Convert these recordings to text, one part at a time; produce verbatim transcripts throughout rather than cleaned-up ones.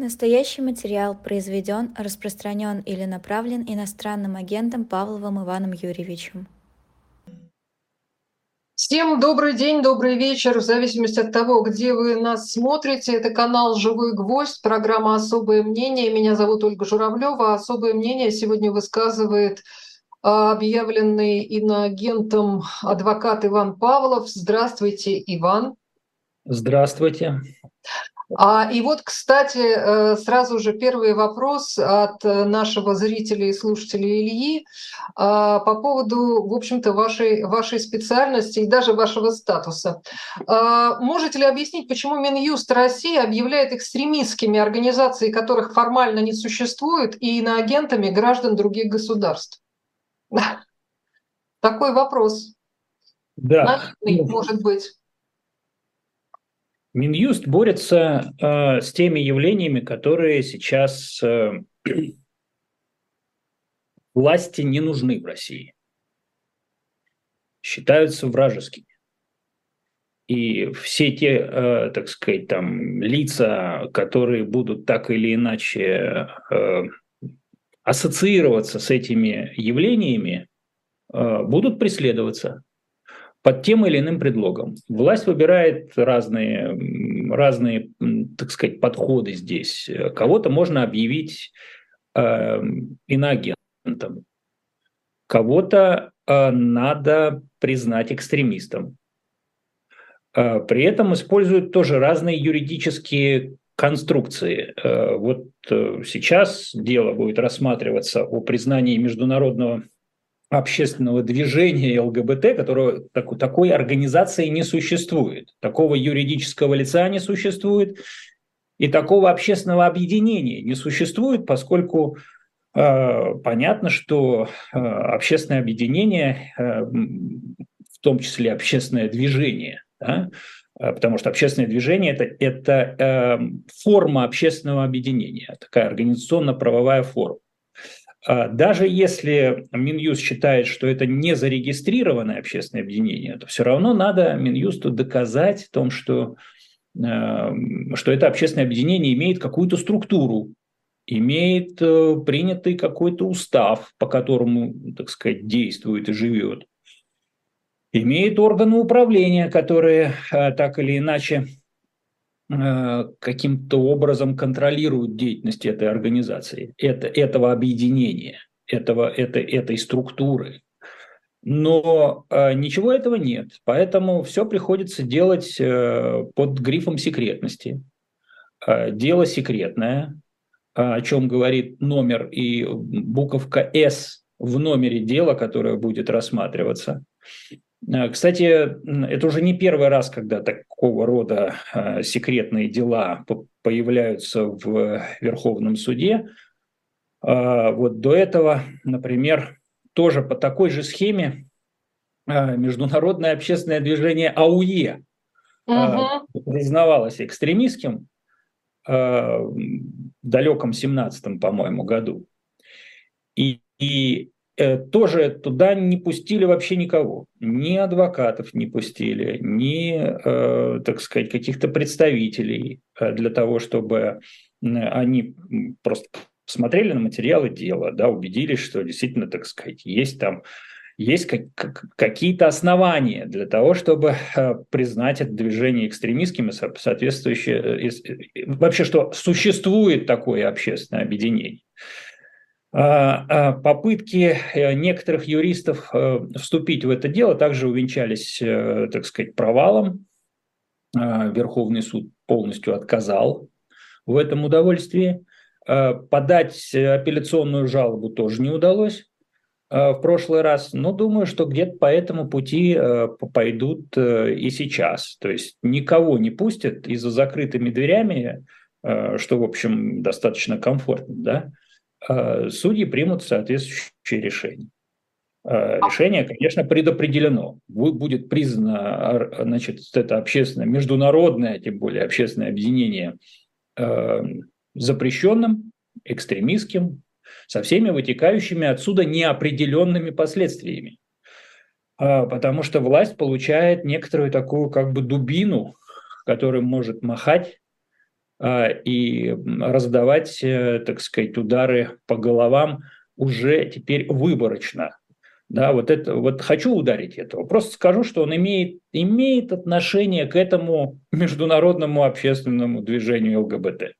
Настоящий материал произведен, распространен или направлен иностранным агентом Павловым Иваном Юрьевичем. Всем добрый день, добрый вечер, в зависимости от того, где вы нас смотрите. Это канал «Живой гвоздь», программа «Особое мнение». Меня зовут Ольга Журавлева. Особое мнение сегодня высказывает а, объявленный иноагентом адвокат Иван Павлов. Здравствуйте, Иван. Здравствуйте. А, и вот, кстати, э, сразу же первый вопрос от э, нашего зрителя и слушателя Ильи а, по поводу, в общем-то, вашей, вашей специальности и даже вашего статуса. А, Можете ли объяснить, почему Минюст России объявляет экстремистскими организации, которых формально не существует, и иноагентами граждан других государств? Такой вопрос. Да, Наивный, может быть. Минюст борется э, с теми явлениями, которые сейчас э, власти не нужны в России, считаются вражескими. И все те, э, так сказать, там лица, которые будут так или иначе э, ассоциироваться с этими явлениями, э, будут преследоваться под тем или иным предлогом. Власть выбирает разные, разные, так сказать, подходы здесь. Кого-то можно объявить э, иноагентом, кого-то э, надо признать экстремистом. Э, при этом используют тоже разные юридические конструкции. Э, вот э, сейчас дело будет рассматриваться о признании международного общественного движения ЛГБТ, которого так, такой организации не существует, такого юридического лица не существует, и такого общественного объединения не существует, поскольку э, понятно, что э, общественное объединение, э, в том числе общественное движение, да, потому что общественное движение это, это э, форма общественного объединения, такая организационно-правовая форма. Даже если Минюст считает, что это не зарегистрированное общественное объединение, то все равно надо Минюсту доказать в том, что, что это общественное объединение имеет какую-то структуру, имеет принятый какой-то устав, по которому, так сказать, действует и живет, имеет органы управления, которые так или иначе каким-то образом контролируют деятельность этой организации, это, этого объединения, этого, это, этой структуры. Но э, ничего этого нет, поэтому все приходится делать э, под грифом секретности. Э, дело секретное, о чем говорит номер и буковка «С» в номере дела, которое будет рассматриваться. Кстати, это уже не первый раз, когда такого рода секретные дела появляются в Верховном суде. Вот до этого, например, тоже по такой же схеме международное общественное движение АУЕ угу. признавалось экстремистским в далеком семнадцатом, по-моему, году. И, и тоже туда не пустили вообще никого. Ни адвокатов не пустили, ни, э, так сказать, каких-то представителей для того, чтобы они просто смотрели на материалы дела, да, убедились, что действительно, так сказать, есть там есть как, как, какие-то основания для того, чтобы э, признать это движение экстремистским и соответствующее, э, вообще, что существует такое общественное объединение. Попытки некоторых юристов вступить в это дело также увенчались, так сказать, провалом. Верховный суд полностью отказал в этом удовольствии. Подать апелляционную жалобу тоже не удалось в прошлый раз, но думаю, что где-то по этому пути пойдут и сейчас. То есть никого не пустят и за закрытыми дверями, что, в общем, достаточно комфортно, да, судьи примут соответствующее решение. Решение, конечно, предопределено. Будет признано, значит, это общественное, международное, тем более общественное объединение запрещенным, экстремистским, со всеми вытекающими отсюда неопределенными последствиями. Потому что власть получает некоторую такую как бы дубину, которой может махать и раздавать, так сказать, удары по головам уже теперь выборочно. Да, вот это вот хочу ударить этого. Просто скажу, что он имеет, имеет отношение к этому международному общественному движению ЛГБТ.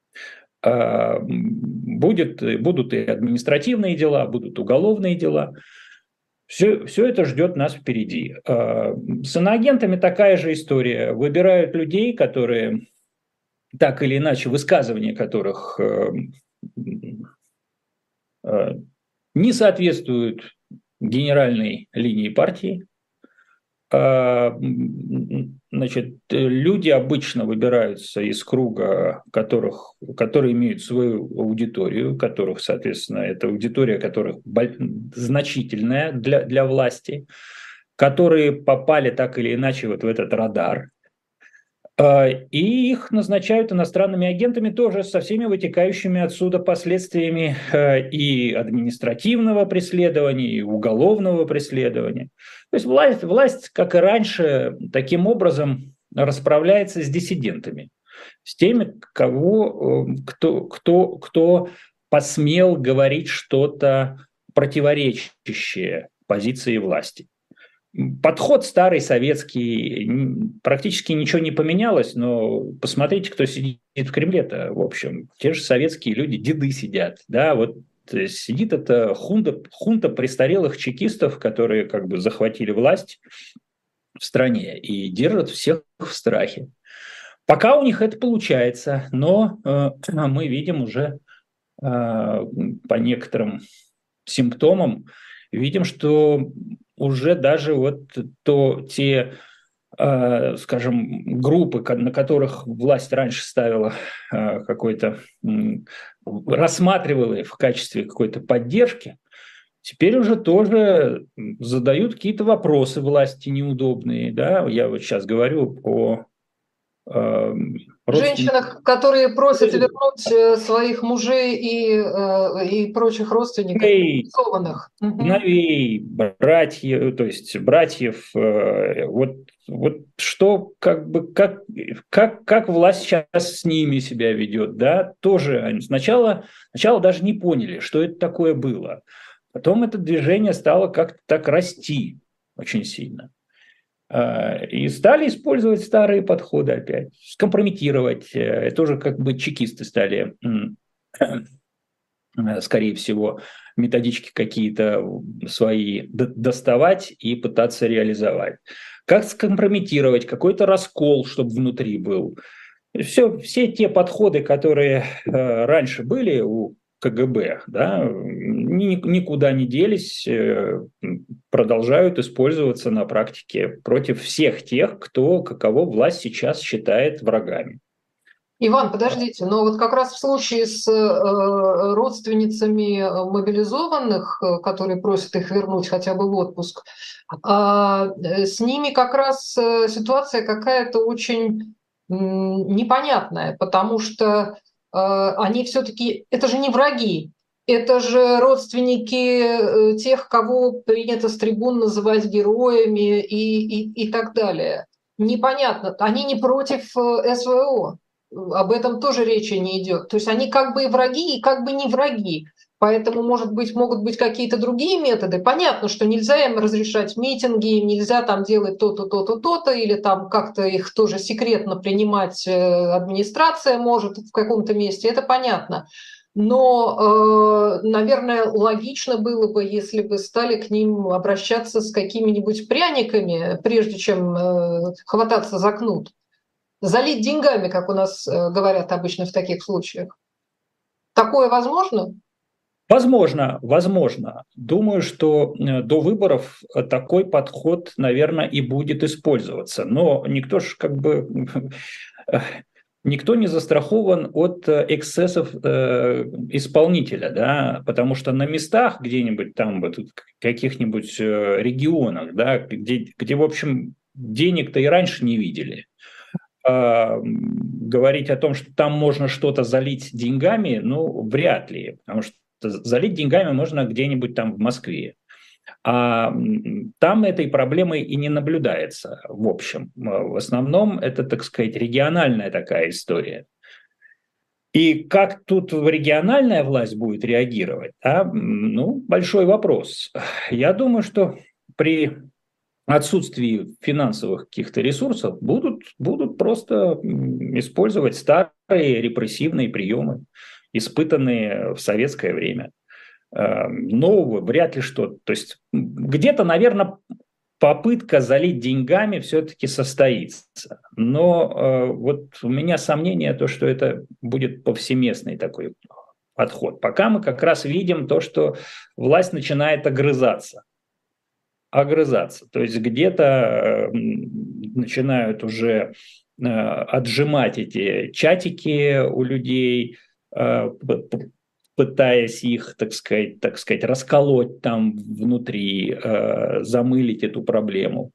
Будет, будут и административные дела, будут уголовные дела. Все, все это ждет нас впереди. С иноагентами такая же история. Выбирают людей, которые так или иначе, высказывания которых не соответствуют генеральной линии партии. Значит, люди обычно выбираются из круга, которых, которые имеют свою аудиторию, которых, соответственно, это аудитория, которых значительная для, для власти, которые попали так или иначе вот в этот радар. И их назначают иностранными агентами тоже со всеми вытекающими отсюда последствиями и административного преследования, и уголовного преследования. То есть власть, власть, как и раньше, таким образом расправляется с диссидентами, с теми, кого, кто, кто, кто посмел говорить что-то противоречащее позиции власти. Подход старый, советский, практически ничего не поменялось, но посмотрите, кто сидит в Кремле-то, в общем, те же советские люди, деды сидят, да, вот сидит эта хунта, хунта престарелых чекистов, которые как бы захватили власть в стране и держат всех в страхе. Пока у них это получается, но э, мы видим уже э, по некоторым симптомам, видим, что уже даже вот то, те, э, скажем, группы, на которых власть раньше ставила э, какой-то, э, рассматривала в качестве какой-то поддержки, теперь уже тоже задают какие-то вопросы власти неудобные. Да? Я вот сейчас говорю о э, женщинах, которые просят вернуть своих мужей и, и прочих родственников, мобилизованных. Сыновей, братьев, то есть братьев, вот, вот что, как бы, как, как, как власть сейчас с ними себя ведет, да, тоже они сначала, сначала даже не поняли, что это такое было. Потом это движение стало как-то так расти очень сильно. И стали использовать старые подходы опять, скомпрометировать. Тоже как бы чекисты стали, скорее всего, методички какие-то свои доставать и пытаться реализовать. Как скомпрометировать, какой-то раскол, чтобы внутри был. Все, все те подходы, которые раньше были у КГБ, да, никуда не делись, продолжают использоваться на практике против всех тех, кто, каково власть сейчас считает врагами. Иван, подождите, но вот как раз в случае с э, родственницами мобилизованных, которые просят их вернуть хотя бы в отпуск, э, с ними как раз ситуация какая-то очень э, непонятная, потому что э, они все-таки, это же не враги, это же родственники тех, кого принято с трибун называть героями и, и, и так далее. Непонятно, они не против СВО. Об этом тоже речи не идет. То есть они как бы и враги, и как бы не враги. Поэтому, может быть, могут быть какие-то другие методы. Понятно, что нельзя им разрешать митинги, нельзя там делать то-то, то-то, то-то, или там как-то их тоже секретно принимать администрация может в каком-то месте. Это понятно. Но, наверное, логично было бы, если бы стали к ним обращаться с какими-нибудь пряниками, прежде чем хвататься за кнут. Залить деньгами, как у нас говорят обычно в таких случаях. Такое возможно? Возможно, возможно. Думаю, что до выборов такой подход, наверное, и будет использоваться. Но никто ж как бы... Никто не застрахован от эксцессов э, исполнителя, да, потому что на местах где-нибудь там, вот, в каких-нибудь регионах, да, где, где, в общем, денег-то и раньше не видели, э, говорить о том, что там можно что-то залить деньгами, ну, вряд ли, потому что залить деньгами можно где-нибудь там в Москве. А там этой проблемы и не наблюдается, в общем. В основном это, так сказать, региональная такая история. И как тут региональная власть будет реагировать, да, ну, большой вопрос. Я думаю, что при отсутствии финансовых каких-то ресурсов будут, будут просто использовать старые репрессивные приемы, испытанные в советское время. Нового вряд ли что. То есть где-то, наверное, попытка залить деньгами все-таки состоится. Но э, вот у меня сомнение, то, что это будет повсеместный такой подход. Пока мы как раз видим то, что власть начинает огрызаться. Огрызаться. То есть где-то э, начинают уже э, отжимать эти чатики у людей, э, пытаясь их, так сказать, так сказать, расколоть там внутри, э, замылить эту проблему.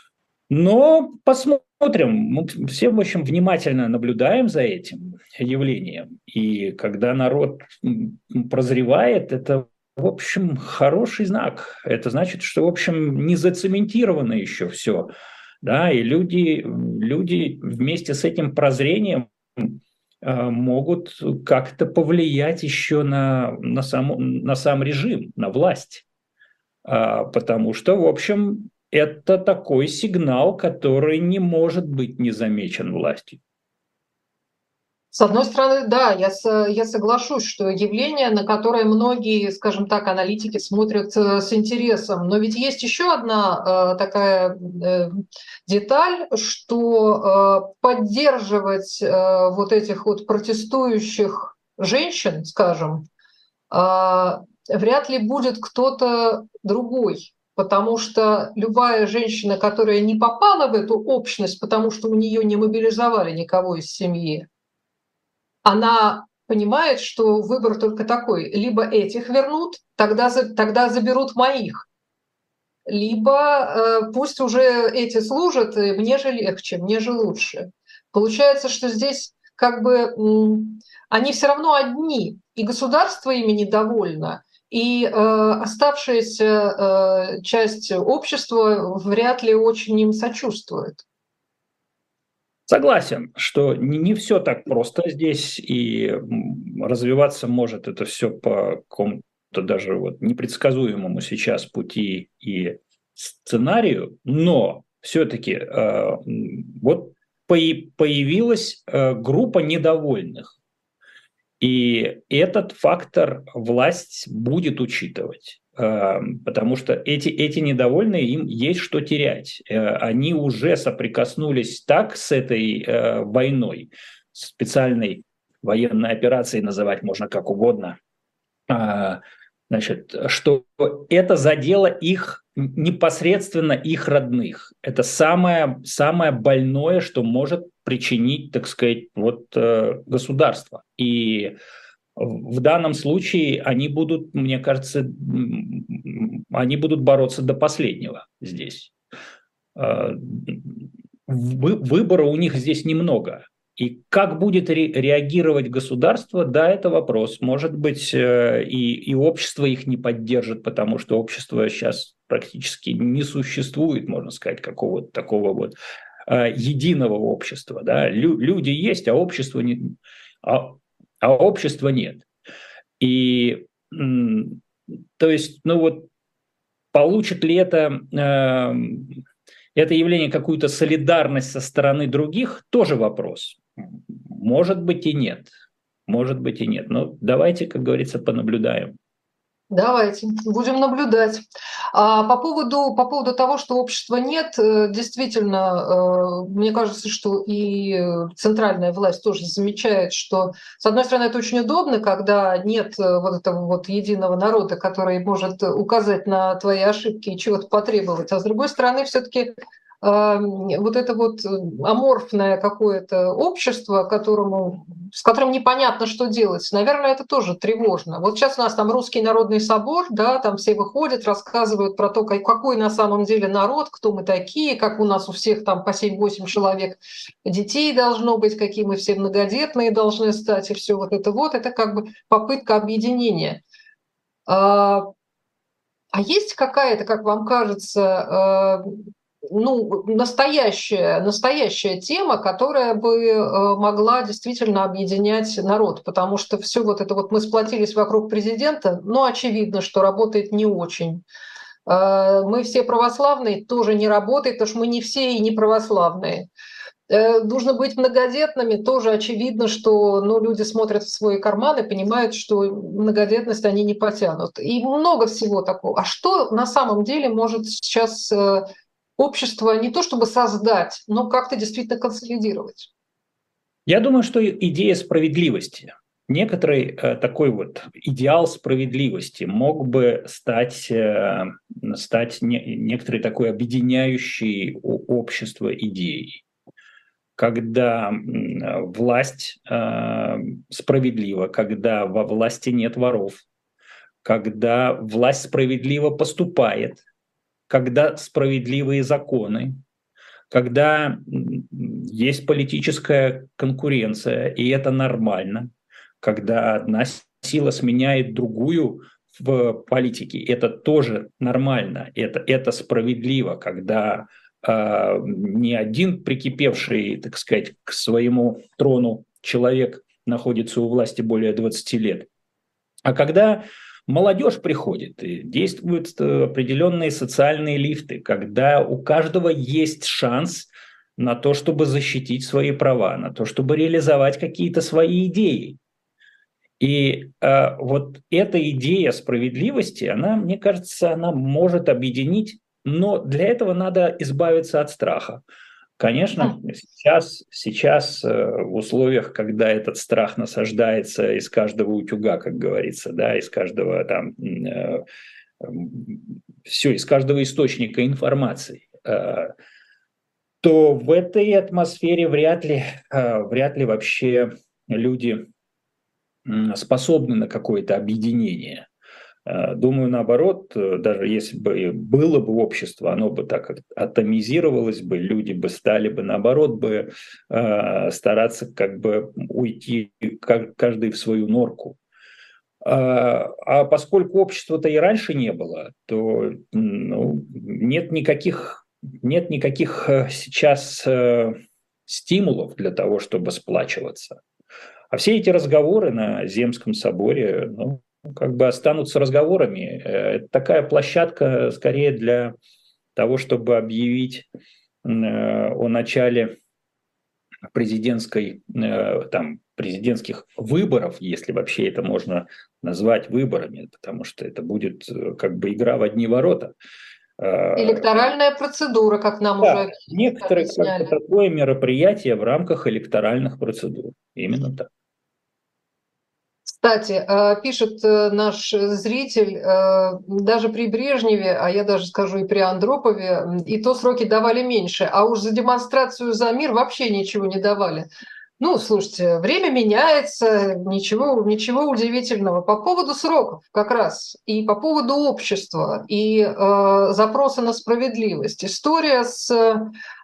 Но посмотрим. Мы все, в общем, внимательно наблюдаем за этим явлением. И когда народ прозревает, это, в общем, хороший знак. Это значит, что, в общем, не зацементировано еще все. Да, и люди, люди вместе с этим прозрением могут как-то повлиять еще на, на, саму, на сам режим, на власть. А, потому что, в общем, это такой сигнал, который не может быть не замечен властью. С одной стороны, да, я, я соглашусь, что явление, на которое многие, скажем так, аналитики смотрят с интересом. Но ведь есть еще одна э, такая э, деталь, что э, поддерживать э, вот этих вот протестующих женщин, скажем, э, вряд ли будет кто-то другой. Потому что любая женщина, которая не попала в эту общность, потому что у нее не мобилизовали никого из семьи, она понимает, что выбор только такой. Либо этих вернут, тогда, тогда заберут моих. Либо э, пусть уже эти служат, и мне же легче, мне же лучше. Получается, что здесь как бы м, они все равно одни, и государство ими недовольно, и э, оставшаяся э, часть общества вряд ли очень им сочувствует. Согласен, что не, не все так просто здесь, и развиваться может это все по какому-то даже вот непредсказуемому сейчас пути и сценарию, но все-таки э, вот появилась э, группа недовольных, и этот фактор власть будет учитывать. Потому что эти, эти недовольные, им есть что терять. Они уже соприкоснулись так с этой э, войной, специальной военной операцией называть можно как угодно, а, значит, что это задело их непосредственно их родных. Это самое, самое больное, что может причинить, так сказать, вот, э, государство. И в данном случае они будут, мне кажется, они будут бороться до последнего здесь. Выбора у них здесь немного. И как будет ре- реагировать государство, да, это вопрос. Может быть, и, и общество их не поддержит, потому что общество сейчас практически не существует, можно сказать, какого-то такого вот единого общества. Да? Лю- люди есть, а общество не... А, а общества нет. И, то есть, ну вот, получит ли это, э, это явление какую-то солидарность со стороны других, тоже вопрос. Может быть и нет. Может быть и нет. Но давайте, как говорится, понаблюдаем. Давайте, будем наблюдать. А по поводу, по поводу того, что общества нет, действительно, мне кажется, что и центральная власть тоже замечает, что, с одной стороны, это очень удобно, когда нет вот этого вот единого народа, который может указать на твои ошибки и чего-то потребовать, а с другой стороны, все-таки вот это вот аморфное какое-то общество, которому, с которым непонятно, что делать, наверное, это тоже тревожно. Вот сейчас у нас там Русский народный собор, да, там все выходят, рассказывают про то, какой на самом деле народ, кто мы такие, как у нас у всех там по семь-восемь человек детей должно быть, какие мы все многодетные должны стать, и все вот это вот, это как бы попытка объединения. А есть какая-то, как вам кажется, ну, настоящая, настоящая тема, которая бы могла действительно объединять народ, потому что все вот это вот мы сплотились вокруг президента, но очевидно, что работает не очень. Мы все православные, тоже не работает, потому что мы не все и не православные. Нужно быть многодетными, тоже очевидно, что ну, люди смотрят в свой карман и понимают, что многодетность они не потянут. И много всего такого. А что на самом деле может сейчас общество не то чтобы создать, но как-то действительно консолидировать? Я думаю, что идея справедливости, некоторый э, такой вот идеал справедливости мог бы стать, э, стать не, некоторой такой объединяющей общество идеей, когда э, власть э, справедлива, когда во власти нет воров, когда власть справедливо поступает, когда справедливые законы, когда есть политическая конкуренция, и это нормально, когда одна сила сменяет другую в политике, это тоже нормально, это, это справедливо, когда э, не один прикипевший, так сказать, к своему трону человек находится у власти более двадцати лет, а когда молодежь приходит, и действуют определенные социальные лифты, когда у каждого есть шанс на то, чтобы защитить свои права, на то, чтобы реализовать какие-то свои идеи. И э, вот эта идея справедливости, она, мне кажется, она может объединить, но для этого надо избавиться от страха. Конечно, сейчас, сейчас в условиях, когда этот страх насаждается из каждого утюга, как говорится, да, из каждого там, э, все, из каждого источника информации, э, то в этой атмосфере вряд ли, э, вряд ли вообще люди способны на какое-то объединение. Думаю, наоборот, даже если бы было бы общество, оно бы так атомизировалось бы, люди бы стали бы, наоборот, бы э, стараться как бы уйти каждый в свою норку. А, а поскольку общества-то и раньше не было, то ну, нет никаких, нет никаких сейчас э, стимулов для того, чтобы сплачиваться. А все эти разговоры на Земском соборе, ну, как бы останутся разговорами. Это такая площадка скорее для того, чтобы объявить о начале президентской, там, президентских выборов, если вообще это можно назвать выборами, потому что это будет как бы игра в одни ворота. Электоральная процедура, как нам да, уже некоторые как бы такое мероприятие в рамках электоральных процедур. Именно так. Кстати, пишет наш зритель, даже при Брежневе, а я даже скажу и при Андропове, и то сроки давали меньше, а уж за демонстрацию за мир вообще ничего не давали. Ну, слушайте, время меняется, ничего, ничего удивительного. По поводу сроков как раз, и по поводу общества, и э, запроса на справедливость. История с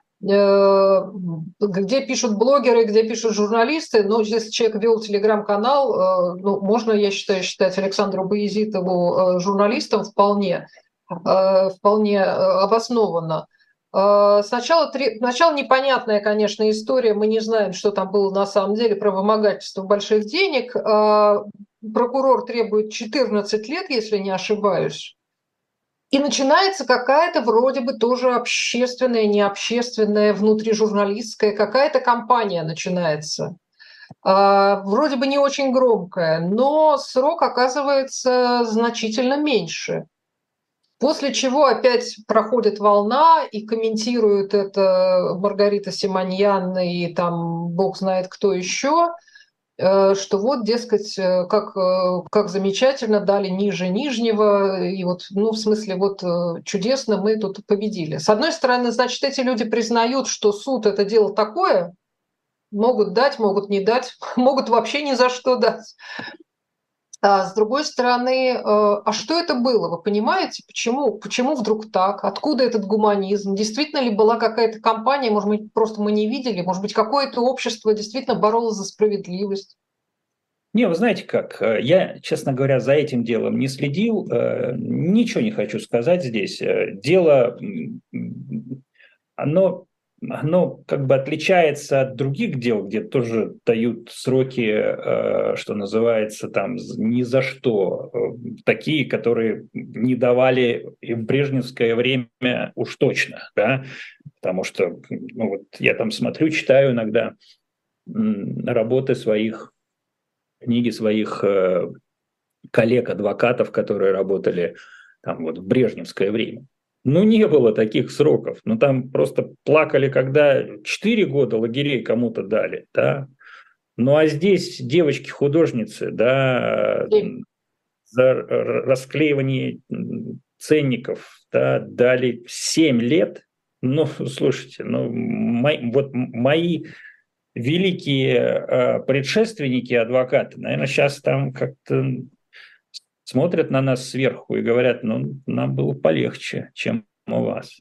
где пишут блогеры, где пишут журналисты, но если человек вел телеграм-канал, ну, можно, я считаю, считать Александру Баязитову журналистом вполне, вполне обоснованно. Сначала, сначала непонятная, конечно, история, мы не знаем, что там было на самом деле про вымогательство больших денег. Прокурор требует четырнадцать лет, если не ошибаюсь. И начинается какая-то вроде бы тоже общественная, необщественная, внутрижурналистская, какая-то кампания начинается. Вроде бы не очень громкая, но срок оказывается значительно меньше. После чего опять проходит волна, и комментируют это Маргарита Симоньян и там бог знает кто еще, что вот, дескать, как, как замечательно, дали ниже нижнего, и вот, ну, в смысле, вот чудесно мы тут победили. С одной стороны, значит, эти люди признают, что суд – это дело такое, могут дать, могут не дать, могут вообще ни за что дать. А с другой стороны, а что это было, вы понимаете? Почему, почему вдруг так? Откуда этот гуманизм? Действительно ли была какая-то кампания, может быть, просто мы не видели, может быть, какое-то общество действительно боролось за справедливость? Не, вы знаете как, я, честно говоря, за этим делом не следил, ничего не хочу сказать здесь. Дело оно, оно как бы отличается от других дел, где тоже дают сроки, э, что называется, там ни за что. Э, такие, которые не давали и в брежневское время уж точно, да, потому что ну, вот я там смотрю, читаю иногда м, работы своих, книги своих э, коллег-адвокатов, которые работали там вот в брежневское время. Ну, не было таких сроков. Ну, там просто плакали, когда четыре года лагерей кому-то дали, да. Ну, а здесь девочки-художницы, да, за расклеивание ценников, да, дали семь лет. Ну, слушайте, ну, мои, вот мои великие э, предшественники, адвокаты, наверное, сейчас там как-то смотрят на нас сверху и говорят, ну, нам было полегче, чем у вас.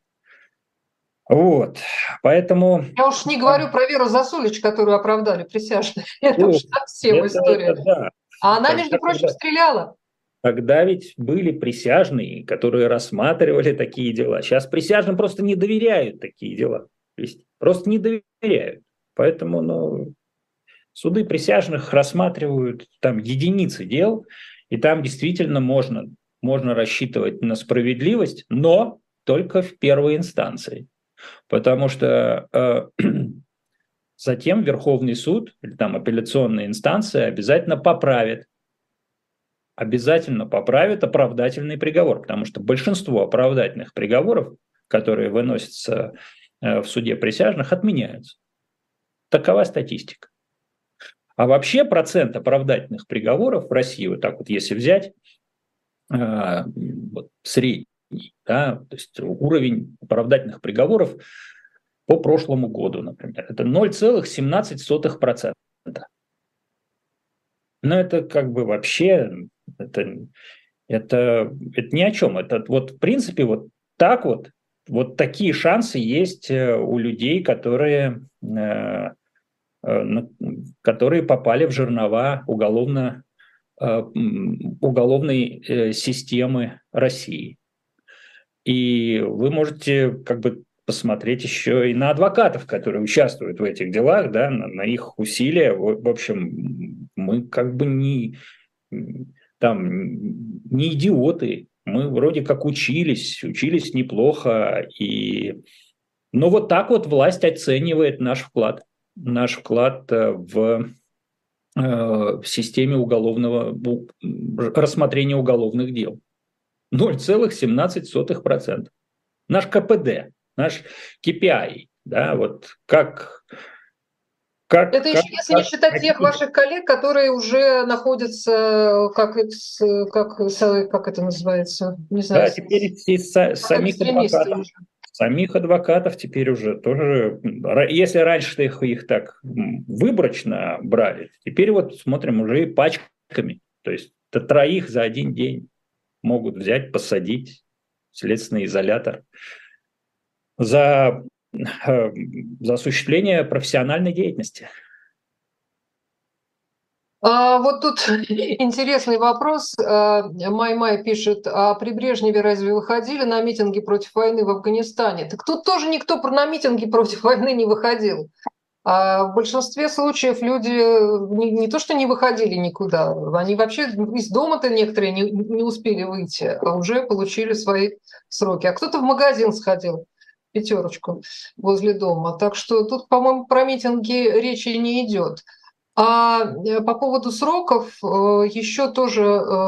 Вот, поэтому... Я уж не говорю про Веру Засулич, которую оправдали присяжные. Это О, уж совсем это, история. это да. А она, Тогда, между прочим, когда, стреляла. тогда ведь были присяжные, которые рассматривали такие дела. Сейчас присяжным просто не доверяют такие дела. То есть просто не доверяют. Поэтому ну, суды присяжных рассматривают там единицы дел, и там действительно можно, можно рассчитывать на справедливость, но только в первой инстанции. Потому что э, затем Верховный суд или там апелляционная инстанция обязательно поправит, обязательно поправит оправдательный приговор, потому что большинство оправдательных приговоров, которые выносятся э, в суде присяжных, отменяются. Такова статистика. А вообще процент оправдательных приговоров в России, вот так вот если взять, э, вот, средний, да, то есть уровень оправдательных приговоров по прошлому году, например, это ноль целых семнадцать сотых процента. Но это как бы вообще, это, это, это ни о чем. Это вот в принципе вот так вот, вот такие шансы есть у людей, которые... Э, которые попали в жернова уголовно, уголовной системы России. И вы можете как бы посмотреть еще и на адвокатов, которые участвуют в этих делах, да, на, на их усилия. В, в общем, мы как бы не, там, не идиоты. Мы вроде как учились, учились неплохо. И... Но вот так вот власть оценивает наш вклад. Наш вклад в, в системе уголовного рассмотрения уголовных дел. ноль целых семнадцать сотых процента. Наш ка пэ дэ, наш кей пи ай, да, вот как... как Это как, еще если как, не считать как, тех ваших коллег, которые уже находятся, как, как, как это называется, не знаю, да, теперь из самих экстремисты адвокатов. уже. Самих адвокатов теперь уже тоже, если раньше их, их так выборочно брали, теперь вот смотрим уже и пачками. То есть троих за один день могут взять, посадить в следственный изолятор за, за осуществление профессиональной деятельности. А вот тут интересный вопрос. Май-Май пишет, а при Брежневе разве выходили на митинги против войны в Афганистане? Так тут тоже никто на митинги против войны не выходил. А в большинстве случаев люди не, не то что не выходили никуда, они вообще из дома-то некоторые не, не успели выйти, а уже получили свои сроки. А кто-то в магазин сходил, пятерочку возле дома. Так что тут, по-моему, про митинги речи не идет. А по поводу сроков еще тоже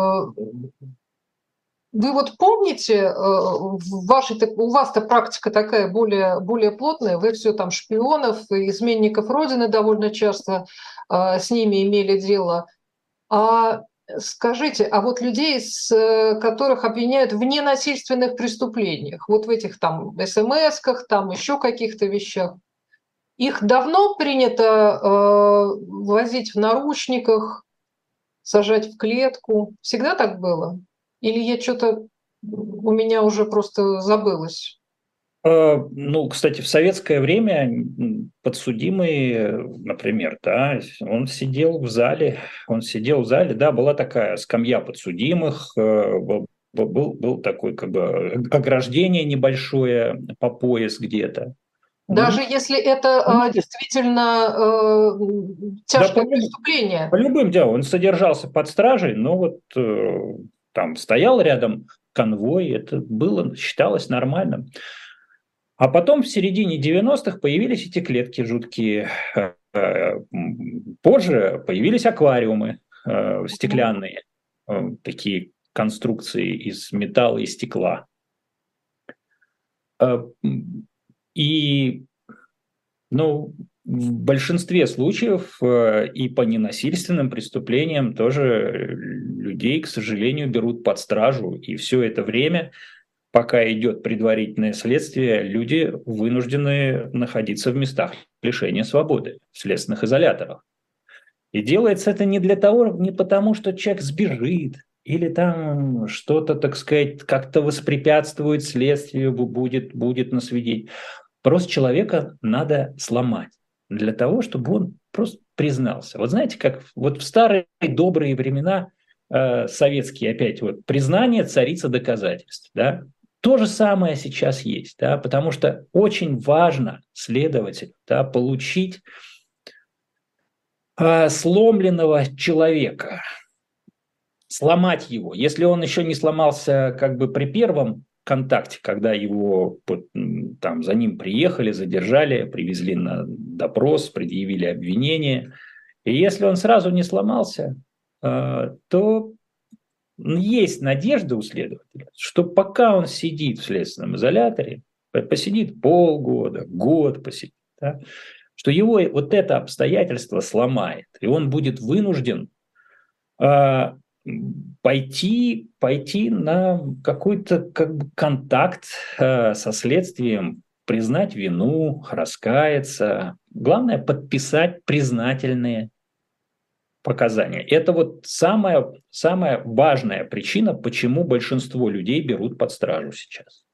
вы вот помните, в вашей, у вас-то практика такая более, более плотная, вы все там шпионов, изменников Родины довольно часто с ними имели дело. А скажите, а вот людей, с которых обвиняют в ненасильственных преступлениях, вот в этих там смс-ках, там еще каких-то вещах, их давно принято э, возить в наручниках, сажать в клетку? Всегда так было? Или я что-то у меня уже просто забылось? Ну, кстати, в советское время подсудимый, например, да, он сидел в зале, он сидел в зале, да, была такая скамья подсудимых, был, был, был такой как бы ограждение небольшое по пояс где-то. Даже ну, если это ну, действительно э, тяжкое да, преступление. По любым делам. Он содержался под стражей, но вот э, там стоял рядом конвой, это было, считалось нормальным. А потом в середине девяностых появились эти клетки жуткие. Позже появились аквариумы э, стеклянные, э, такие конструкции из металла и стекла. Э, и, ну, в большинстве случаев э, и по ненасильственным преступлениям тоже людей, к сожалению, берут под стражу. И все это время, пока идет предварительное следствие, люди вынуждены находиться в местах лишения свободы, в следственных изоляторах. И делается это не для того, не потому, что человек сбежит или там что-то, так сказать, как-то воспрепятствует следствию, будет, будет на свидетель. Просто человека надо сломать для того, чтобы он просто признался. Вот знаете, как вот в старые добрые времена э, советские, опять вот, признание царица доказательств, да, то же самое сейчас есть, да, потому что очень важно следователю, да, получить э, сломленного человека, сломать его. Если он еще не сломался как бы при первом контакте, когда его там за ним приехали, задержали, привезли на допрос, предъявили обвинение. И если он сразу не сломался, то есть надежда у следователя, что пока он сидит в следственном изоляторе, посидит полгода, год посидит, да, что его вот это обстоятельство сломает, и он будет вынужден пойти, пойти на какой-то как бы контакт э, со следствием, признать вину, раскаяться. Главное, подписать признательные показания. Это вот самая, самая важная причина, почему большинство людей берут под стражу сейчас.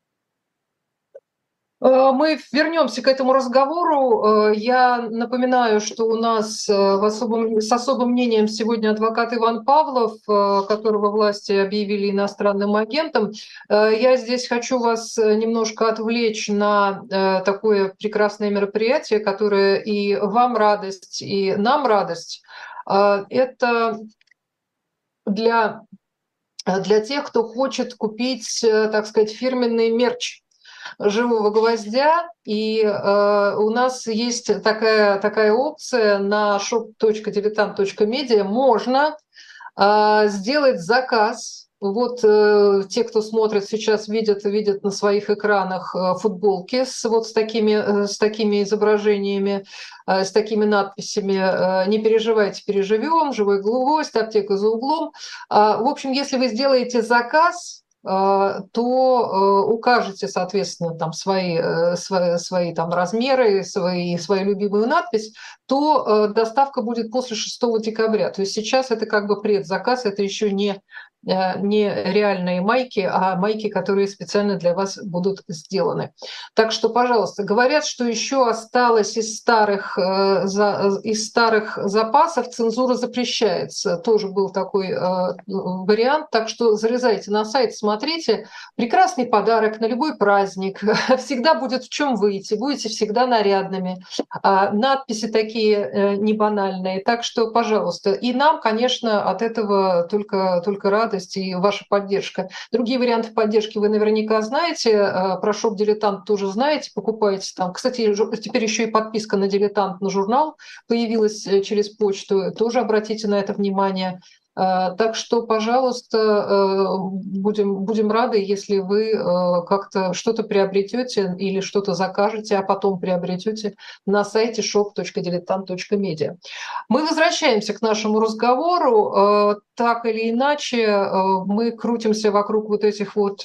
Мы вернемся к этому разговору. Я напоминаю, что у нас в особом, с особым мнением сегодня адвокат Иван Павлов, которого власти объявили иностранным агентом. Я здесь хочу вас немножко отвлечь на такое прекрасное мероприятие, которое и вам радость, и нам радость. Это для, для тех, кто хочет купить, так сказать, фирменный мерч «Живого гвоздя», и э, у нас есть такая, такая опция на шоп точка дилетант точка медиа. Можно э, сделать заказ. Вот э, те, кто смотрит сейчас, видят, видят на своих экранах э, футболки с, вот с, такими, э, с такими изображениями, э, с такими надписями. Э, «Не переживайте, переживем», «Живой гвоздь», «Аптека за углом». Э, в общем, если вы сделаете заказ, то укажете, соответственно, там свои, свои, свои там размеры, свои, свою любимую надпись, то доставка будет после шестого декабря. То есть сейчас это как бы предзаказ, это еще не, не реальные майки, а майки, которые специально для вас будут сделаны. Так что, пожалуйста, говорят, что еще осталось из старых, из старых запасов, цензура запрещается. Тоже был такой вариант, так что залезайте на сайт, смотрите. Прекрасный подарок на любой праздник. Всегда будет в чем выйти. Будете всегда нарядными. Надписи такие не банальные. Так что, пожалуйста. И нам, конечно, от этого только, только радость и ваша поддержка. Другие варианты поддержки вы наверняка знаете. Про шоп «Дилетант» тоже знаете. Покупаете там. Кстати, теперь еще и подписка на «Дилетант», на журнал появилась через почту. Тоже обратите на это внимание. Так что, пожалуйста, будем, будем рады, если вы как-то что-то приобретете или что-то закажете, а потом приобретете на сайте шоп точка дилетант точка медиа. Мы возвращаемся к нашему разговору. Так или иначе, мы крутимся вокруг вот этих вот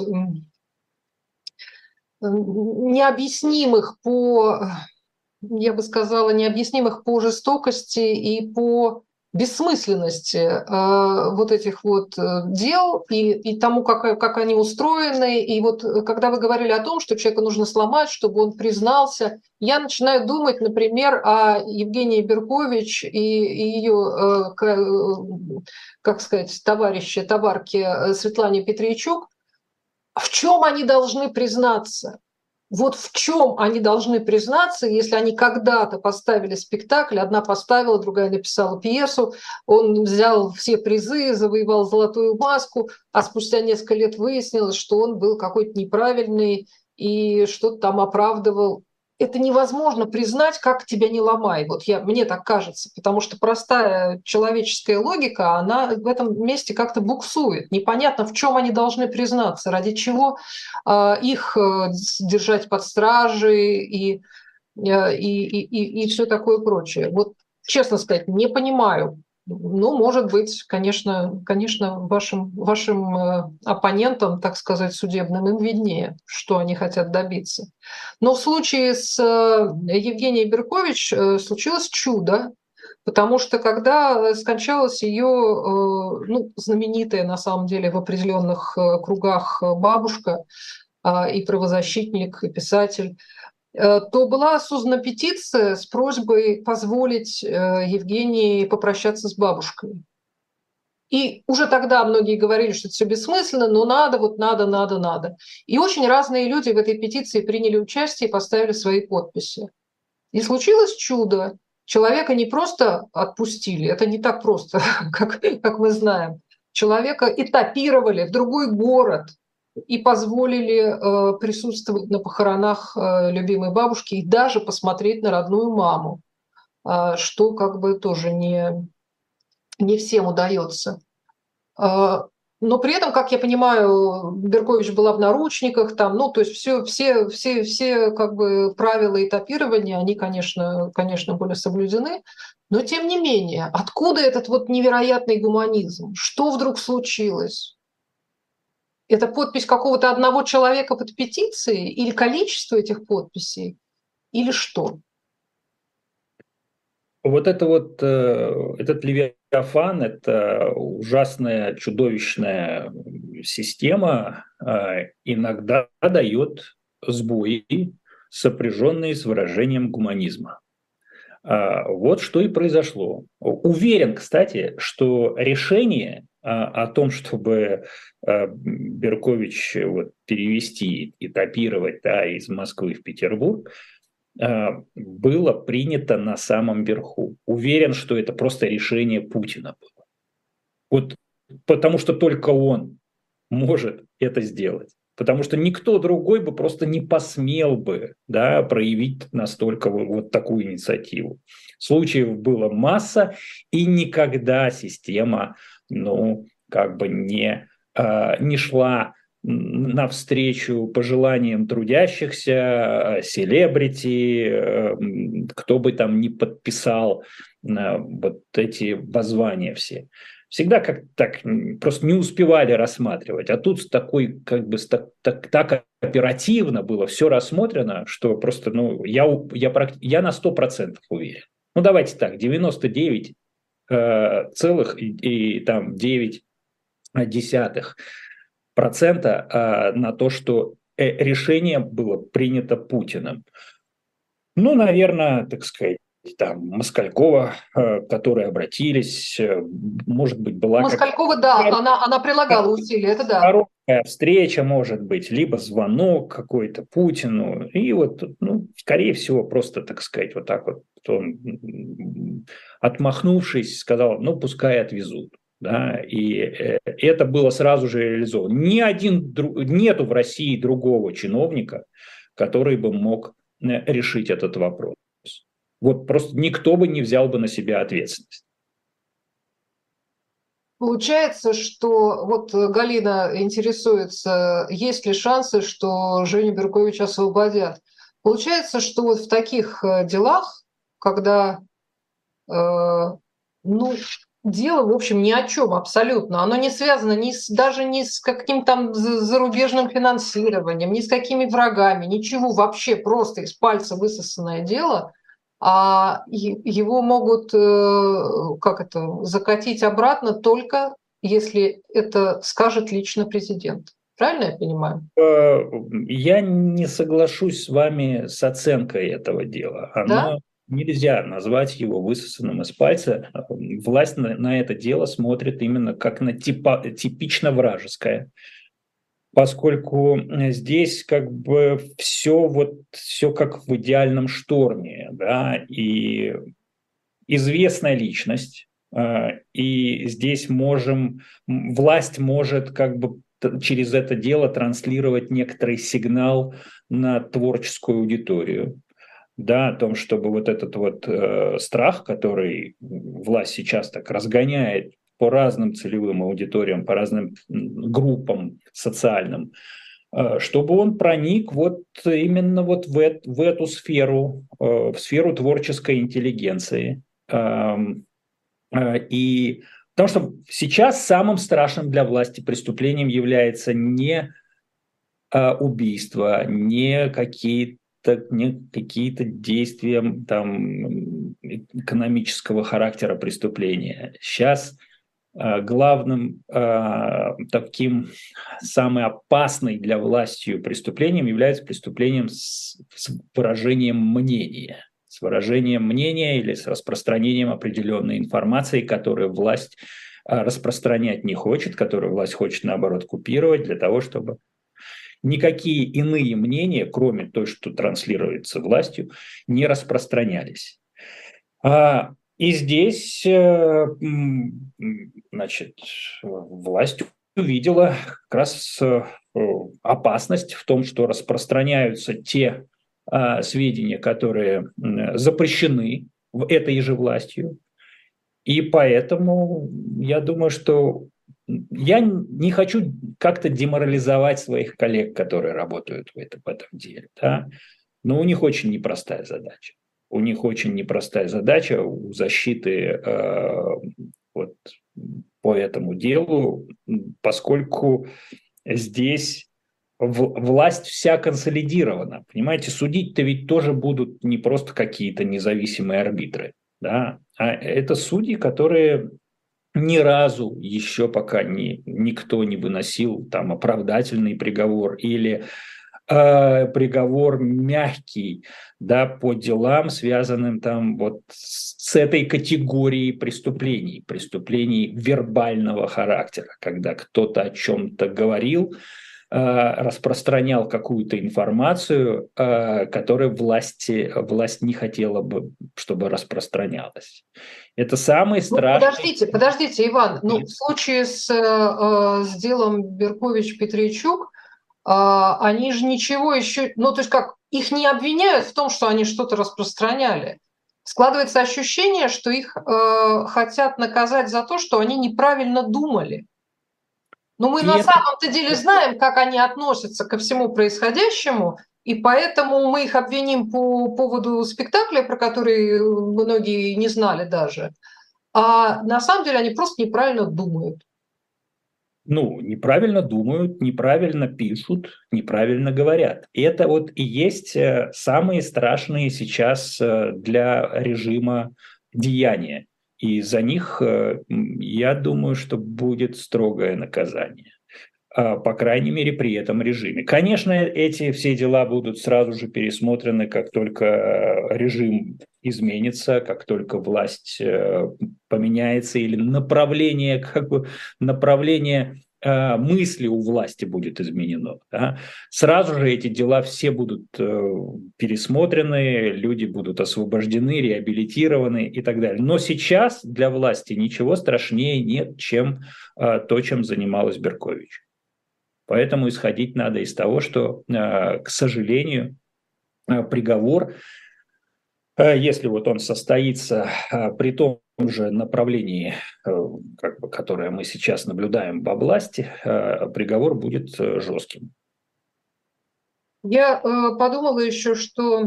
необъяснимых по, я бы сказала, необъяснимых по жестокости и по бессмысленности э, вот этих вот дел и, и тому, как, как они устроены. И вот когда вы говорили о том, что человека нужно сломать, чтобы он признался, я начинаю думать, например, о Евгении Беркович и, и ее, э, как сказать, товарище, товарке Светлане Петричук. В чем они должны признаться? вот в чем они должны признаться, если они когда-то поставили спектакль, одна поставила, другая написала пьесу, он взял все призы, завоевал золотую маску, а спустя несколько лет выяснилось, что он был какой-то неправильный и что-то там оправдывал. Это невозможно признать, как тебя не ломай. Вот я, мне так кажется, потому что простая человеческая логика, она в этом месте как-то буксует. Непонятно, в чем они должны признаться, ради чего э, их э, держать под стражей и, э, и, и, и, и все такое прочее. Вот, честно сказать, не понимаю. Ну, может быть, конечно, конечно вашим, вашим э, оппонентам, так сказать, судебным, им виднее, что они хотят добиться. Но в случае с э, Евгенией Беркович э, случилось чудо, потому что когда скончалась ее э, ну, знаменитая, на самом деле, в определенных э, кругах бабушка э, и правозащитник, и писатель, то была создана петиция с просьбой позволить Евгении попрощаться с бабушкой. И уже тогда многие говорили, что это все бессмысленно, но надо, вот надо, надо, надо. И очень разные люди в этой петиции приняли участие и поставили свои подписи. И случилось чудо. Человека не просто отпустили, это не так просто, как, как мы знаем. Человека этапировали в другой город, и позволили э, присутствовать на похоронах э, любимой бабушки и даже посмотреть на родную маму, э, что как бы тоже не, не всем удается. Э, но при этом, как я понимаю, Беркович была в наручниках, там, ну, то есть все, все, все, все как бы правила этапирования, они, конечно, конечно, были соблюдены. Но тем не менее, откуда этот вот невероятный гуманизм? Что вдруг случилось? Это подпись какого-то одного человека под петицией или количество этих подписей, или что? Вот это вот, э, этот Левиафан, это ужасная, чудовищная система, э, иногда дает сбои, сопряженные с выражением гуманизма. А, Вот что и произошло. Уверен, кстати, что решение а, о том, чтобы а, Беркович вот, перевести, этапировать да, из Москвы в Петербург, а, было принято на самом верху. Уверен, что это просто решение Путина было. Вот потому что только он может это сделать. Потому что никто другой бы просто не посмел бы да, проявить настолько вот, вот такую инициативу. Случаев было масса, и никогда система ну, как бы не, э, не шла навстречу пожеланиям трудящихся, селебрити, э, кто бы там ни подписал э, вот эти воззвания все. Всегда как так просто не успевали рассматривать. А тут такой, как бы так, так, так оперативно было все рассмотрено, что просто, ну, я, я, я на сто процентов уверен. Ну, давайте так, девяносто девять э, целых и, и там девять десятых процента э, на то, что э, решение было принято Путиным. Ну, наверное, так сказать, там, Москалькова, э, которые обратились, э, может быть, была Москалькова, да, она, она прилагала усилия, это да. короткая встреча, может быть, либо звонок какой-то Путину, и вот, ну, скорее всего, просто, так сказать, вот так вот он, отмахнувшись, сказал, ну, пускай отвезут. Да, и э, это было сразу же реализовано. Ни один, нету в России другого чиновника, который бы мог решить этот вопрос. Вот просто никто бы не взял бы на себя ответственность. Получается, что вот Галина интересуется, есть ли шансы, что Женю Беркович освободят. Получается, что вот в таких делах, когда, э, ну, дело, в общем, ни о чем абсолютно. Оно не связано ни с, даже ни с каким-то там зарубежным финансированием, ни с какими врагами, ничего вообще, просто из пальца высосанное дело, а его могут, как это, закатить обратно только если это скажет лично президент. Правильно я понимаю? Я не соглашусь с вами с оценкой этого дела. Оно Да? Нельзя назвать его высосанным из пальца. Власть на, на это дело смотрит именно как на типа, типично вражеское. поскольку здесь как бы все вот все как в идеальном шторме, да, и известная личность, и здесь можем, власть может как бы через это дело транслировать некоторый сигнал на творческую аудиторию, да, о том, чтобы вот этот вот э, страх, который власть сейчас так разгоняет по разным целевым аудиториям, по разным группам социальным, э, чтобы он проник вот именно вот в, э, в эту сферу, э, в сферу творческой интеллигенции. Э, э, и потому что сейчас самым страшным для власти преступлением является не э, убийство, не какие-то не какие-то действия там, экономического характера преступления. Сейчас э, главным э, таким, самым опасным для власти преступлением является преступлением с, с выражением мнения. С выражением мнения или с распространением определенной информации, которую власть э, распространять не хочет, которую власть хочет, наоборот, купировать для того, чтобы никакие иные мнения, кроме той, что транслируется властью, не распространялись. И здесь, значит, власть увидела как раз опасность в том, что распространяются те сведения, которые запрещены этой же властью. И поэтому я думаю, что я не хочу как-то деморализовать своих коллег, которые работают в этом, в этом деле, да? Но у них очень непростая задача. У них очень непростая задача у защиты э, вот, по этому делу, поскольку здесь в, власть вся консолидирована. Понимаете, судить-то ведь тоже будут не просто какие-то независимые арбитры, да? А это судьи, которые ни разу еще пока не, никто не выносил там оправдательный приговор или э, приговор мягкий, да, по делам, связанным там вот с этой категорией преступлений, преступлений вербального характера, когда кто-то о чем-то говорил, распространял какую-то информацию, которую власти, власть не хотела бы, чтобы распространялась. Это самый страшный... Ну, подождите, подождите, Иван. Ну, в случае с, с делом Беркович-Петричук, они же ничего еще... Ну, то есть как, их не обвиняют в том, что они что-то распространяли. Складывается ощущение, что их э, хотят наказать за то, что они неправильно думали. Но мы И на это... самом-то деле знаем, как они относятся ко всему происходящему, и поэтому мы их обвиним по поводу спектакля, про который многие не знали даже. А на самом деле они просто неправильно думают. Ну, неправильно думают, неправильно пишут, неправильно говорят. И это вот и есть самые страшные сейчас для режима деяния. И за них, я думаю, что будет строгое наказание. По крайней мере, при этом режиме. Конечно, эти все дела будут сразу же пересмотрены, как только режим изменится, как только власть поменяется или направление, как бы, направление мысли у власти будет изменено. Да? Сразу же эти дела все будут пересмотрены, люди будут освобождены, реабилитированы и так далее. Но сейчас для власти ничего страшнее нет, чем то, чем занималась Беркович. Поэтому исходить надо из того, что, к сожалению, приговор, если вот он состоится при том же направлении, как бы, которое мы сейчас наблюдаем во власти, приговор будет жестким. Я подумала еще, что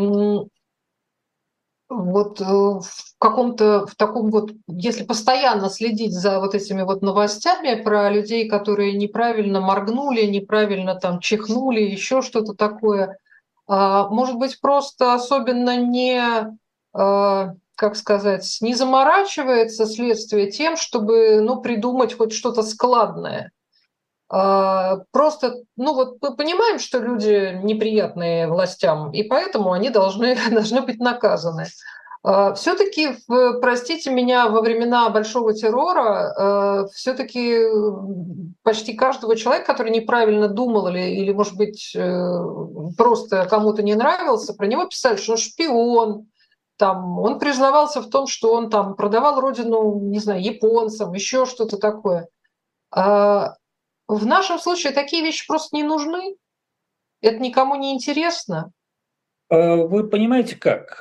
вот в каком-то, в таком вот, если постоянно следить за вот этими вот новостями про людей, которые неправильно моргнули, неправильно там чихнули, еще что-то такое, может быть, просто особенно не, как сказать, не заморачивается следствие тем, чтобы, ну, придумать хоть что-то складное. Просто, ну вот мы понимаем, что люди неприятные властям, и поэтому они должны, должны быть наказаны. Все-таки, простите меня, во времена Большого террора все-таки почти каждого человека, который неправильно думал или, или, может быть, просто кому-то не нравился, про него писали, что он шпион, там, он признавался в том, что он там продавал родину, не знаю, японцам, еще что-то такое. В нашем случае такие вещи просто не нужны, это никому не интересно. Вы понимаете как?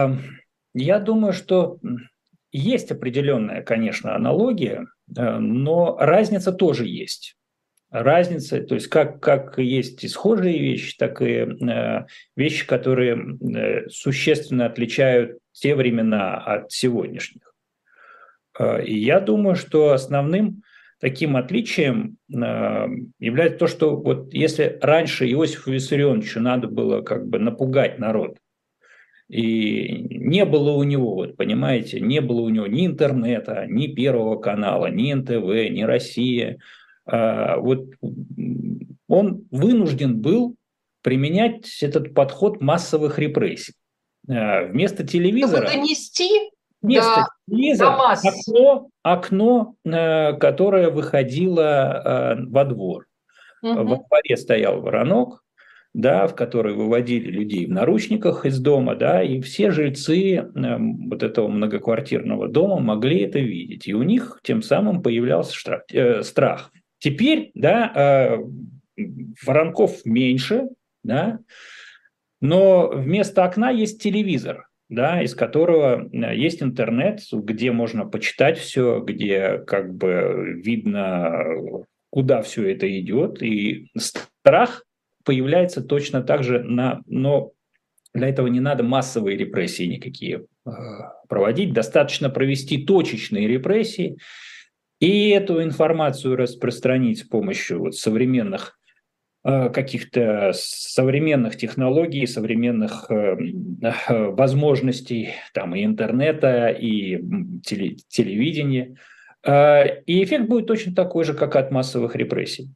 Я думаю, что есть определенная, конечно, аналогия, но разница тоже есть. Разница, то есть как, как есть и схожие вещи, так и э, вещи, которые э, существенно отличают те времена от сегодняшних. Э, и я думаю, что основным таким отличием э, является то, что вот если раньше Иосифу Виссарионовичу надо было как бы напугать народ, и не было у него, вот понимаете, не было у него ни интернета, ни Первого канала, ни эн тэ вэ, ни Россия. Вот он вынужден был применять этот подход массовых репрессий. Вместо телевизора... Чтобы донести Вместо до, телевизора до масс. окно, окно, которое выходило во двор. Угу. Во дворе стоял воронок, да, в который выводили людей в наручниках из дома, да, и все жильцы э, вот этого многоквартирного дома могли это видеть, и у них тем самым появлялся штраф, э, страх. Теперь, да, э, воронков меньше, да, но вместо окна есть телевизор, да, из которого есть интернет, где можно почитать все, где как бы видно, куда все это идет, и страх появляется точно так же, на, но для этого не надо массовые репрессии никакие э, проводить, достаточно провести точечные репрессии и эту информацию распространить с помощью вот современных э, каких-то современных технологий, современных э, э, возможностей, там и интернета, и теле, телевидения. Э, и эффект будет точно такой же, как от массовых репрессий.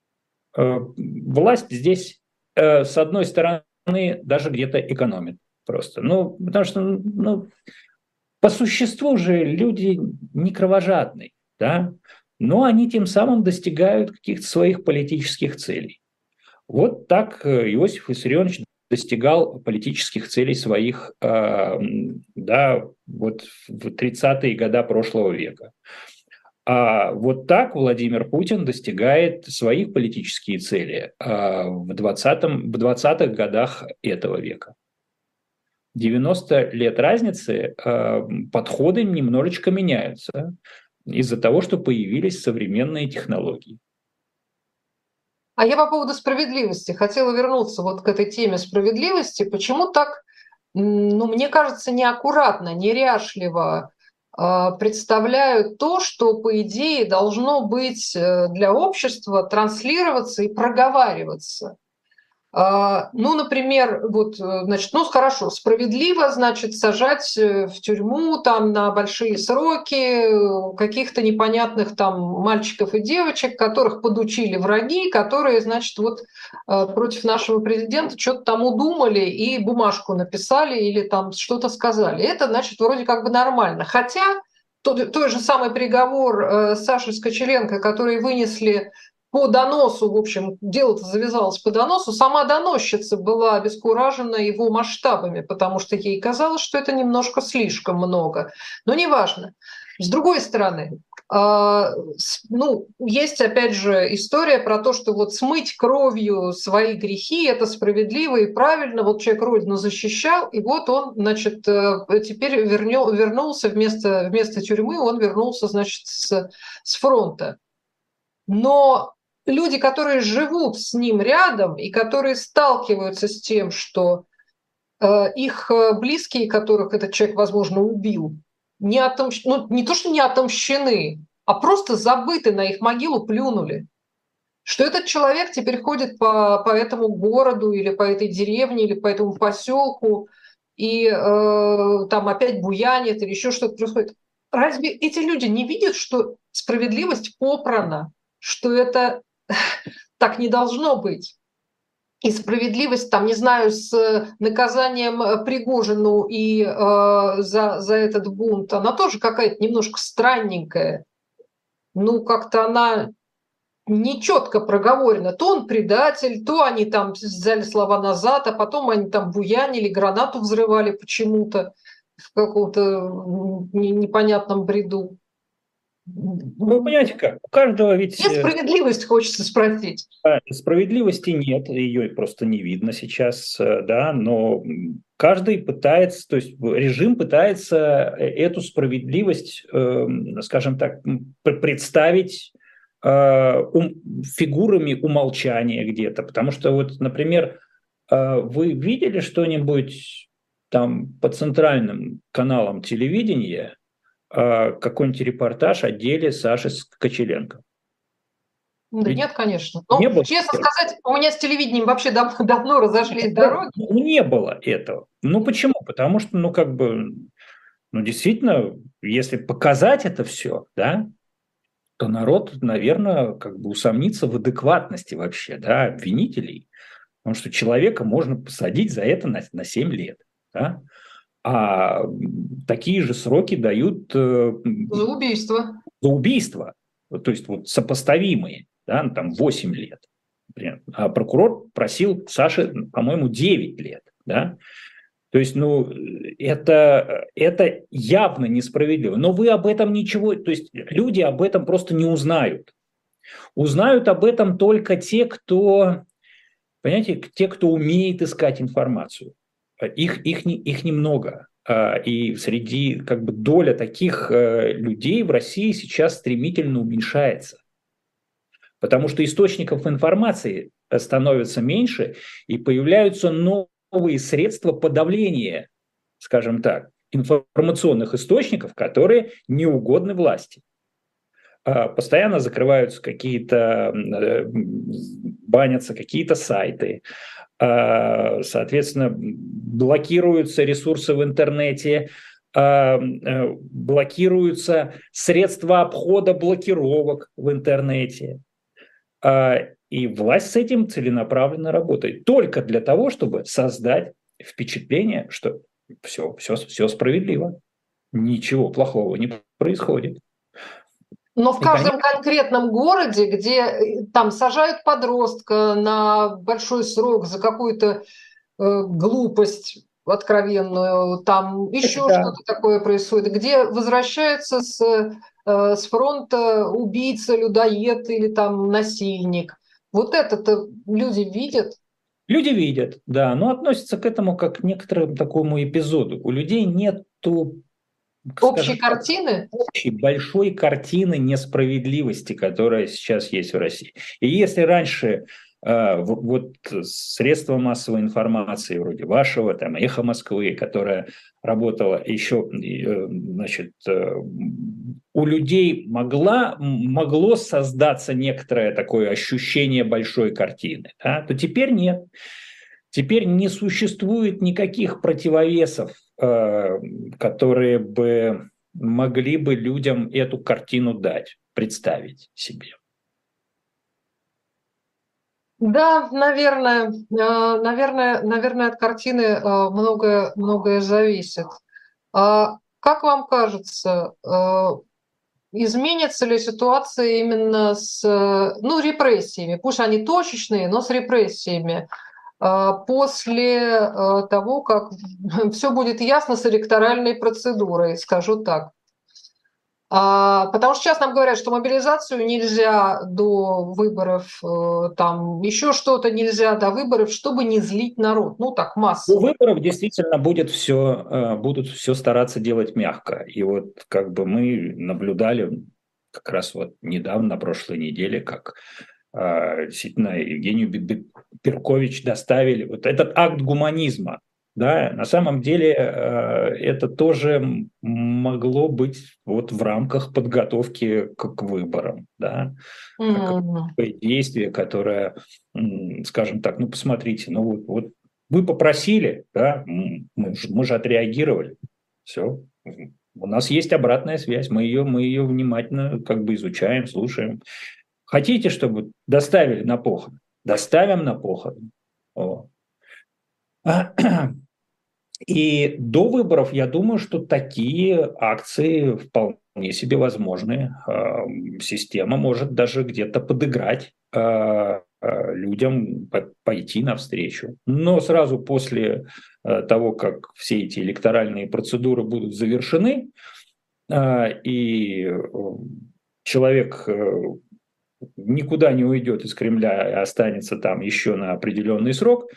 Власть здесь, с одной стороны, даже где-то экономит просто. Ну, потому что, ну, по существу же люди не кровожадные, да, но они тем самым достигают каких-то своих политических целей. Вот так Иосиф Виссарионович достигал политических целей своих, да, вот в тридцатые годы прошлого века. А вот так Владимир Путин достигает своих политические цели в двадцатых годах этого века. девяносто лет разницы, подходы немножечко меняются из-за того, что появились современные технологии. А я по поводу справедливости хотела вернуться вот к этой теме справедливости. Почему так, ну, мне кажется, неаккуратно, неряшливо представляют то, что, по идее, должно быть для общества транслироваться и проговариваться. Ну, например, вот, значит, ну, хорошо, справедливо, значит, сажать в тюрьму там на большие сроки каких-то непонятных там мальчиков и девочек, которых подучили враги, которые, значит, вот против нашего президента что-то там удумали и бумажку написали или там что-то сказали. Это, значит, вроде как бы нормально. Хотя тот, той же самый приговор Саши Скочеленко, который вынесли по доносу, в общем, дело-то завязалось по доносу, сама доносчица была обескуражена его масштабами, потому что ей казалось, что это немножко слишком много. Но неважно. С другой стороны, ну, есть, опять же, история про то, что вот смыть кровью свои грехи – это справедливо и правильно. Вот человек Родину защищал, и вот он, значит, теперь вернел, вернулся вместо, вместо тюрьмы, он вернулся, значит, с, с фронта. Но люди, которые живут с ним рядом и которые сталкиваются с тем, что э, их близкие, которых этот человек, возможно, убил, не, отомщ... ну, не то, что не отомщены, а просто забыты, на их могилу плюнули. Что этот человек теперь ходит по, по этому городу или по этой деревне или по этому поселку и э, там опять буянит или еще что-то происходит. Разве эти люди не видят, что справедливость попрана, что это так не должно быть? И справедливость, там, не знаю, с наказанием Пригожину и э, за, за этот бунт, она тоже какая-то немножко странненькая. Ну, как-то она нечетко проговорена. То он предатель, то они там взяли слова назад, а потом они там буянили, гранату взрывали почему-то в каком-то непонятном бреду. Вы понимаете как? У каждого ведь... Где справедливость, хочется спросить. Справедливости нет, ее просто не видно сейчас, да, но каждый пытается, то есть режим пытается эту справедливость, скажем так, представить фигурами умолчания где-то, потому что вот, например, вы видели что-нибудь там по центральным каналам телевидения, какой-нибудь репортаж о деле Саши Кочеленко? Да Ведь нет, конечно. не Ну, было. честно сказать, у меня с телевидением вообще давно, давно разошлись дороги. Ну, не было этого. Ну, почему? Потому что, ну, как бы, ну, действительно, если показать это все, да, то народ, наверное, как бы усомнится в адекватности вообще, да, обвинителей. Потому что человека можно посадить за это на, на семь лет, да. А такие же сроки дают э, За убийство. за убийство, то есть вот сопоставимые, да, ну, там восемь лет. Например. А прокурор просил Саше, по-моему, девять лет, да. То есть, ну, это, это явно несправедливо. Но вы об этом ничего, то есть люди об этом просто не узнают. Узнают об этом только те, кто, понимаете, те, кто умеет искать информацию. Их, их, их немного. И среди, как бы, доля таких людей в России сейчас стремительно уменьшается. Потому что источников информации становится меньше, и появляются новые средства подавления, скажем так, информационных источников, которые не угодны власти. Постоянно закрываются какие-то, банятся какие-то сайты, соответственно, блокируются ресурсы в интернете, блокируются средства обхода блокировок в интернете. И власть с этим целенаправленно работает. Только для того, чтобы создать впечатление, что все, все, все справедливо. Ничего плохого не происходит. Но в каждом конкретном городе, где там сажают подростка на большой срок за какую-то э, глупость откровенную, там еще да. что-то такое происходит, где возвращается с, э, с фронта убийца, людоед или там насильник. Вот это-то люди видят. Люди видят, да, но относятся к этому как к некоторому такому эпизоду. У людей нету общей картины? Общей большой картины несправедливости, которая сейчас есть в России. И если раньше э, вот средства массовой информации вроде вашего, там, «Эхо Москвы», которая работала еще, э, значит, э, у людей могла, могло создаться некоторое такое ощущение большой картины, да, то теперь нет. Теперь не существует никаких противовесов, э, которые бы могли бы людям эту картину дать, представить себе. Да, наверное, наверное, наверное, от картины многое, многое зависит. А как вам кажется, изменится ли ситуация именно с, ну, репрессиями? Пусть они точечные, но с репрессиями. После того, как все будет ясно с электоральной процедурой, скажу так. А, потому что сейчас нам говорят, что мобилизацию нельзя до выборов, там еще что-то нельзя до выборов, чтобы не злить народ. Ну так, массово. У выборов действительно будет все, будут все стараться делать мягко. И вот как бы мы наблюдали как раз вот недавно, на прошлой неделе, как действительно Евгению Пиркович доставили вот этот акт гуманизма. Да, на самом деле это тоже могло быть вот в рамках подготовки к, к выборам, да, mm-hmm. действие, которое, скажем так, ну посмотрите, ну вот, вот вы попросили, да, мы, мы же отреагировали, все, у нас есть обратная связь, мы ее, мы ее внимательно как бы изучаем, слушаем. Хотите, чтобы доставили на похороны? Доставим на похороны. И до выборов, я думаю, что такие акции вполне себе возможны. Система может даже где-то подыграть людям, пойти навстречу. Но сразу после того, как все эти электоральные процедуры будут завершены, и человек никуда не уйдет из Кремля и останется там еще на определенный срок,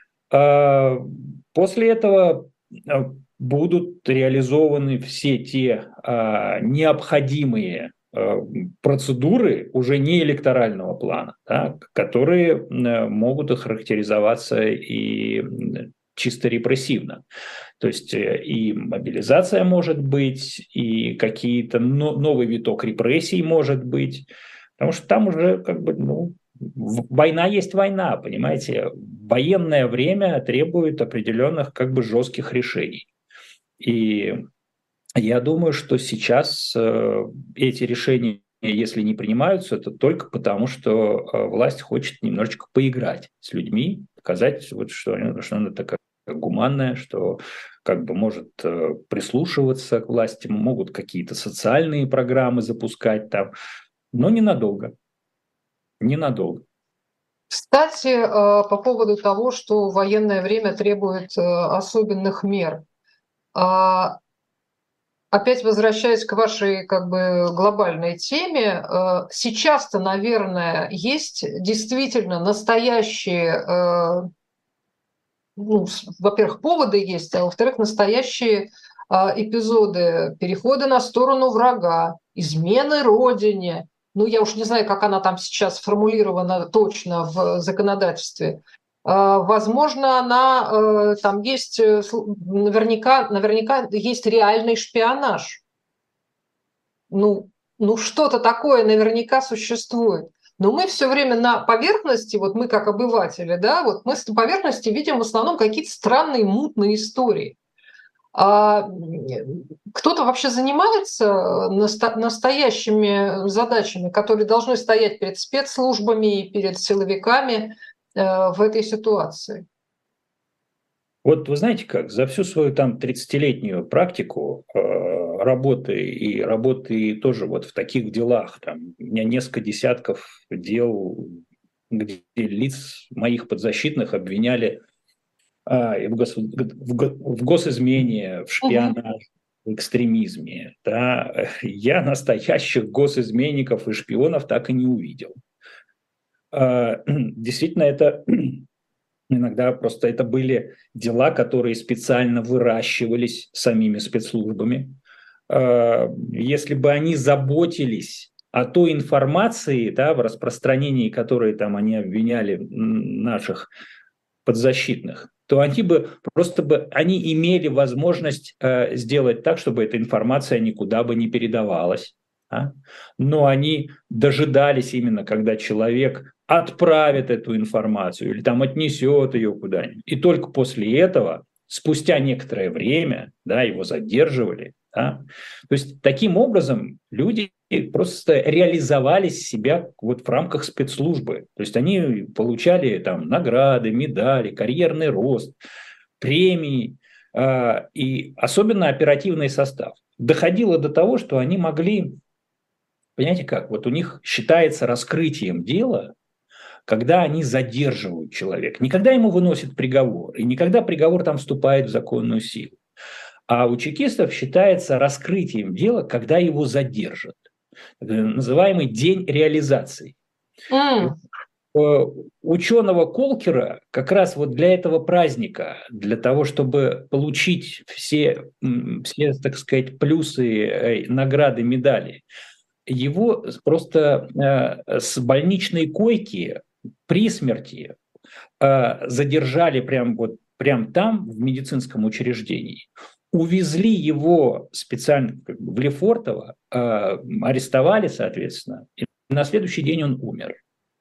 после этого будут реализованы все те необходимые процедуры уже не электорального плана, да, которые могут охарактеризоваться и чисто репрессивно. То есть и мобилизация может быть, и какие-то новый виток репрессий может быть, потому что там уже как бы, ну, война есть война, понимаете? Военное время требует определенных как бы жестких решений. И я думаю, что сейчас э, эти решения, если не принимаются, это только потому, что э, власть хочет немножечко поиграть с людьми, показать, вот, что, что она такая гуманная, что как бы может э, прислушиваться к власти, могут какие-то социальные программы запускать там, но ненадолго. Ненадолго. Кстати, по поводу того, что военное время требует особенных мер. Опять возвращаясь к вашей как бы глобальной теме, сейчас-то, наверное, есть действительно настоящие, ну, во-первых, поводы есть, а во-вторых, настоящие эпизоды перехода на сторону врага, измены родине. Ну, я уж не знаю, как она там сейчас сформулирована точно в законодательстве. Возможно, она там есть, наверняка, наверняка есть реальный шпионаж. Ну, ну что-то такое наверняка существует. Но мы все время на поверхности, вот мы как обыватели, да, вот мы на поверхности видим в основном какие-то странные мутные истории. А кто-то вообще занимается настоящими задачами, которые должны стоять перед спецслужбами и перед силовиками в этой ситуации? Вот вы знаете как, за всю свою там тридцатилетнюю практику э, работы и работы тоже вот в таких делах, там, у меня несколько десятков дел, где лиц моих подзащитных обвиняли э, в, гос, в, в госизмене, в шпионаже, в экстремизме. Да. Я настоящих госизменников и шпионов так и не увидел. Э, действительно, это... Иногда просто это были дела, которые специально выращивались самими спецслужбами. Если бы они заботились о той информации, да, в распространении которой там они обвиняли наших подзащитных, то они бы просто бы они имели возможность э, сделать так, чтобы эта информация никуда бы не передавалась. Да? Но они дожидались именно, когда человек отправит эту информацию или там отнесет ее куда-нибудь. И только после этого, спустя некоторое время, да, его задерживали. Да? То есть таким образом люди просто реализовали себя вот в рамках спецслужбы. То есть они получали там награды, медали, карьерный рост, премии э, и особенно оперативный состав. Доходило до того, что они могли, понимаете как, вот у них считается раскрытием дела, когда они задерживают человека, не когда ему выносят приговор, и не когда приговор там вступает в законную силу. А у чекистов считается раскрытием дела, когда его задержат. Это называемый день реализации. Mm. Ученого Колкера как раз вот для этого праздника, для того, чтобы получить все, все, так сказать, плюсы, награды, медали, его просто э, с больничной койки при смерти э, задержали прям вот прям там, в медицинском учреждении, увезли его специально как бы в Лефортово, э, арестовали, соответственно, и на следующий день он умер.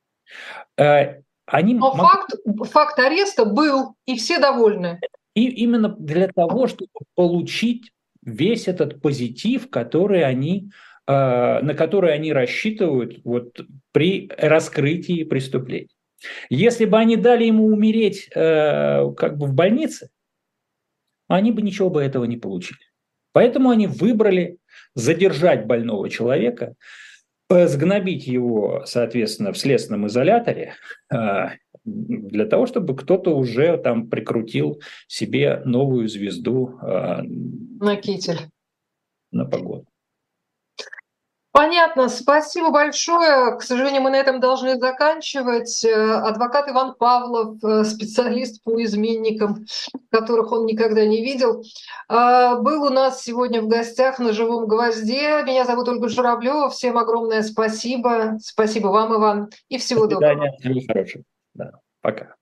Э, они Но могли... факт, факт ареста был, и все довольны. И именно для того, чтобы получить весь этот позитив, который они на которые они рассчитывают вот при раскрытии преступлений. Если бы они дали ему умереть э, как бы в больнице, они бы ничего бы этого не получили. Поэтому они выбрали задержать больного человека, сгнобить его, соответственно, в следственном изоляторе, э, для того, чтобы кто-то уже там прикрутил себе новую звезду э, на китель, на погону. Понятно, спасибо большое. К сожалению, мы на этом должны заканчивать. Адвокат Иван Павлов, специалист по изменникам, которых он никогда не видел, был у нас сегодня в гостях на «Живом гвозде». Меня зовут Ольга Журавлева. Всем огромное спасибо. Спасибо вам, Иван, и всего До свидания. доброго. Всего хорошего. Да. Пока.